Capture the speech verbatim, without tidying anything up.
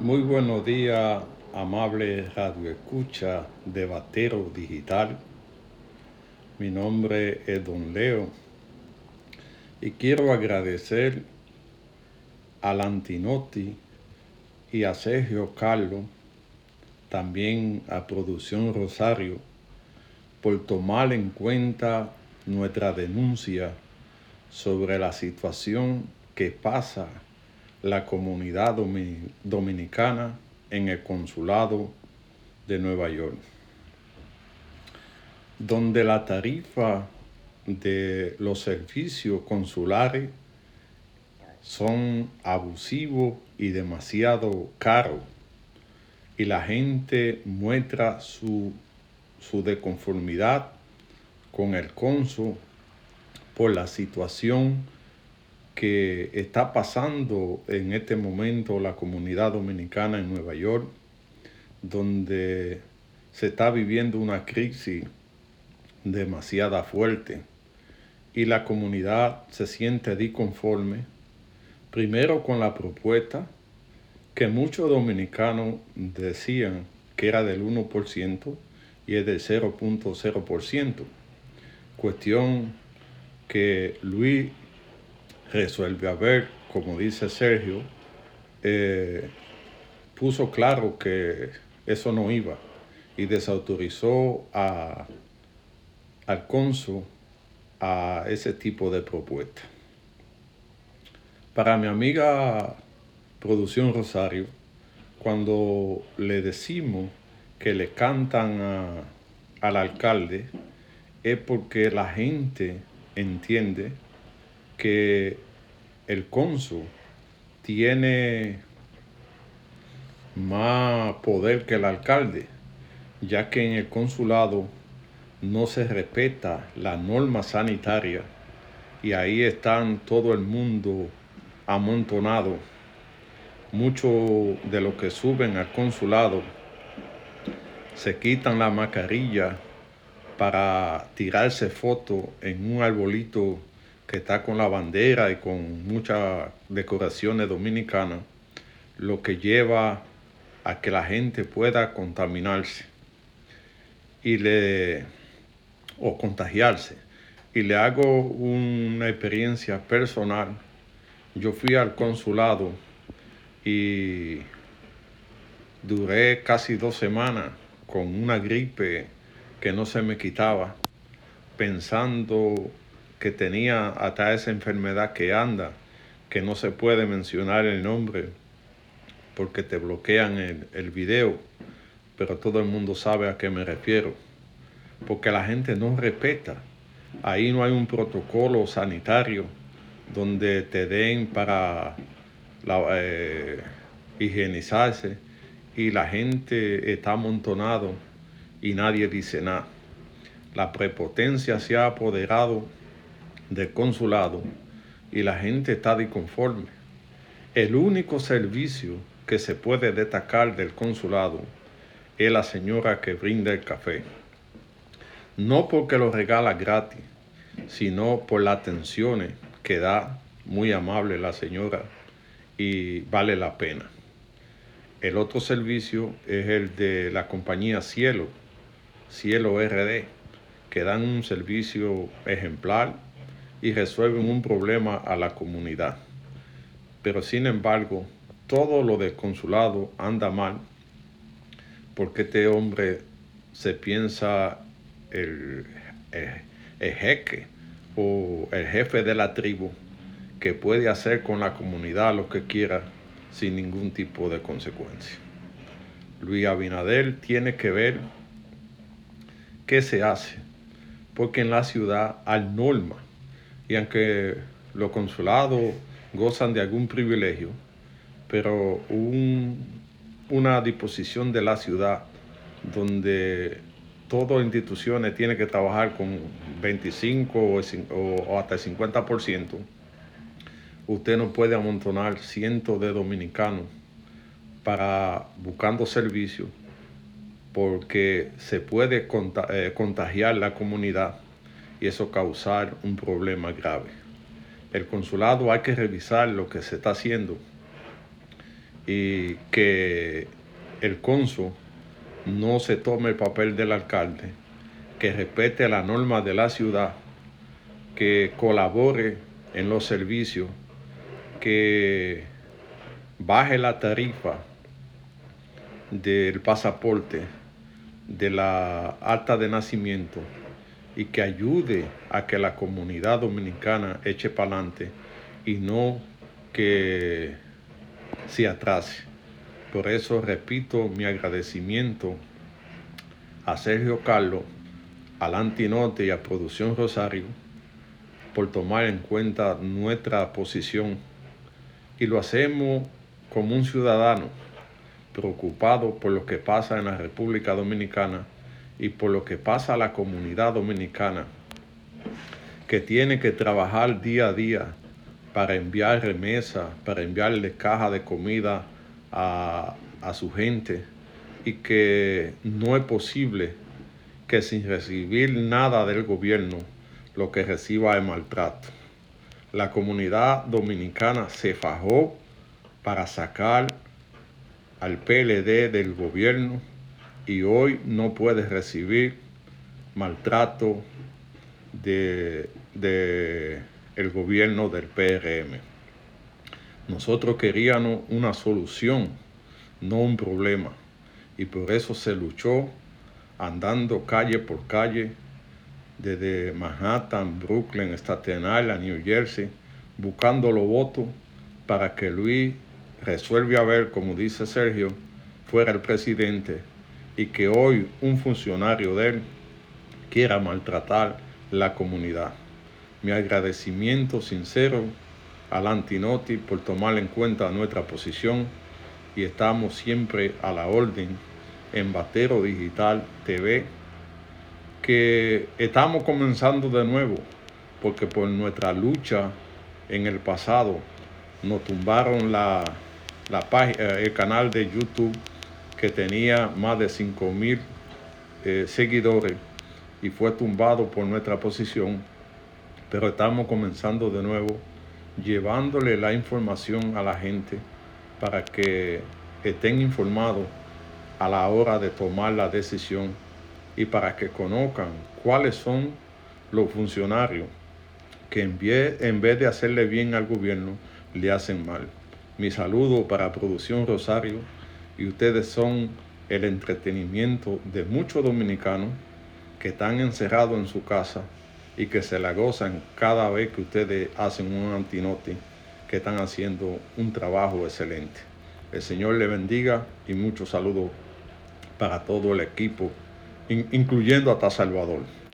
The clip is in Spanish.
Muy buenos días, amable radio escucha de Batero Digital. Mi nombre es Don Leo y quiero agradecer a Lantinotti y a Sergio Carlos, también a Producción Rosario, por tomar en cuenta nuestra denuncia sobre la situación que pasa la comunidad dominicana en el consulado de Nueva York, donde la tarifa de los servicios consulares son abusivos y demasiado caros, y la gente muestra su, su desconformidad con el cónsul por la situación que está pasando en este momento la comunidad dominicana en Nueva York, donde se está viviendo una crisis demasiado fuerte y la comunidad se siente disconforme, primero con la propuesta que muchos dominicanos decían que era del uno por ciento y es del cero punto cero por ciento, cuestión que Luis resuelve a ver, como dice Sergio, eh, puso claro que eso no iba y desautorizó a, al cónsul a ese tipo de propuesta. Para mi amiga Producción Rosario, cuando le decimos que le cantan a, al alcalde, es porque la gente entiende que el cónsul tiene más poder que el alcalde, ya que en el consulado no se respeta la norma sanitaria y ahí están todo el mundo amontonado. Muchos de los que suben al consulado se quitan la mascarilla para tirarse fotos en un arbolito que está con la bandera y con muchas decoraciones dominicanas, lo que lleva a que la gente pueda contaminarse y le, o contagiarse. Y le hago una experiencia personal. Yo fui al consulado y duré casi dos semanas con una gripe que no se me quitaba, pensando que tenía hasta esa enfermedad que anda, que no se puede mencionar el nombre porque te bloquean el, el video, pero todo el mundo sabe a qué me refiero, porque la gente no respeta. Ahí no hay un protocolo sanitario donde te den para la, eh, higienizarse, y la gente está amontonado y nadie dice nada. La prepotencia se ha apoderado del consulado y la gente está disconforme. El único servicio que se puede destacar del consulado es la señora que brinda el café. No porque lo regala gratis, sino por las atenciones que da, muy amable la señora, y vale la pena. El otro servicio es el de la compañía Cielo, Cielo R D, que dan un servicio ejemplar y resuelven un problema a la comunidad. Pero sin embargo, todo lo del consulado anda mal porque este hombre se piensa el, el, el jeque o el jefe de la tribu, que puede hacer con la comunidad lo que quiera sin ningún tipo de consecuencia. Luis Abinader tiene que ver qué se hace, porque en la ciudad hay normas, y aunque los consulados gozan de algún privilegio, pero un, una disposición de la ciudad donde todas las instituciones tienen que trabajar con veinticinco o, o hasta el cincuenta por ciento, usted no puede amontonar cientos de dominicanos para buscando servicios, porque se puede contagiar la comunidad y eso causar un problema grave. El consulado hay que revisar lo que se está haciendo y que el cónsul no se tome el papel del alcalde, que respete las normas de la ciudad, que colabore en los servicios, que baje la tarifa del pasaporte, de la acta de nacimiento, y que ayude a que la comunidad dominicana eche para adelante y no que se atrase. Por eso repito mi agradecimiento a Sergio Carlos, al Antinote y a Producción Rosario por tomar en cuenta nuestra posición, y lo hacemos como un ciudadano preocupado por lo que pasa en la República Dominicana y por lo que pasa a la comunidad dominicana, que tiene que trabajar día a día para enviar remesas, para enviarle caja de comida a, a su gente, y que no es posible que sin recibir nada del gobierno lo que reciba es maltrato. La comunidad dominicana se fajó para sacar al P L D del gobierno y hoy no puede recibir maltrato de, de el gobierno del P R M. Nosotros queríamos una solución, no un problema, y por eso se luchó andando calle por calle, desde Manhattan, Brooklyn, Staten Island, New Jersey, buscando los votos para que Luis resuelva a ver, como dice Sergio, fuera el presidente, y que hoy un funcionario de él quiera maltratar la comunidad. Mi agradecimiento sincero al Antinoti por tomar en cuenta nuestra posición, y estamos siempre a la orden en Batero Digital T V, que estamos comenzando de nuevo, porque por nuestra lucha en el pasado nos tumbaron la, la página, el canal de YouTube, que tenía más de cinco mil eh, seguidores, y fue tumbado por nuestra posición. Pero estamos comenzando de nuevo, llevándole la información a la gente para que estén informados a la hora de tomar la decisión, y para que conozcan cuáles son los funcionarios que en vez, en vez de hacerle bien al gobierno, le hacen mal. Mi saludo para Producción Rosario, y ustedes son el entretenimiento de muchos dominicanos que están encerrados en su casa y que se la gozan cada vez que ustedes hacen un Antinote, que están haciendo un trabajo excelente. El Señor le bendiga, y muchos saludos para todo el equipo, incluyendo hasta Salvador.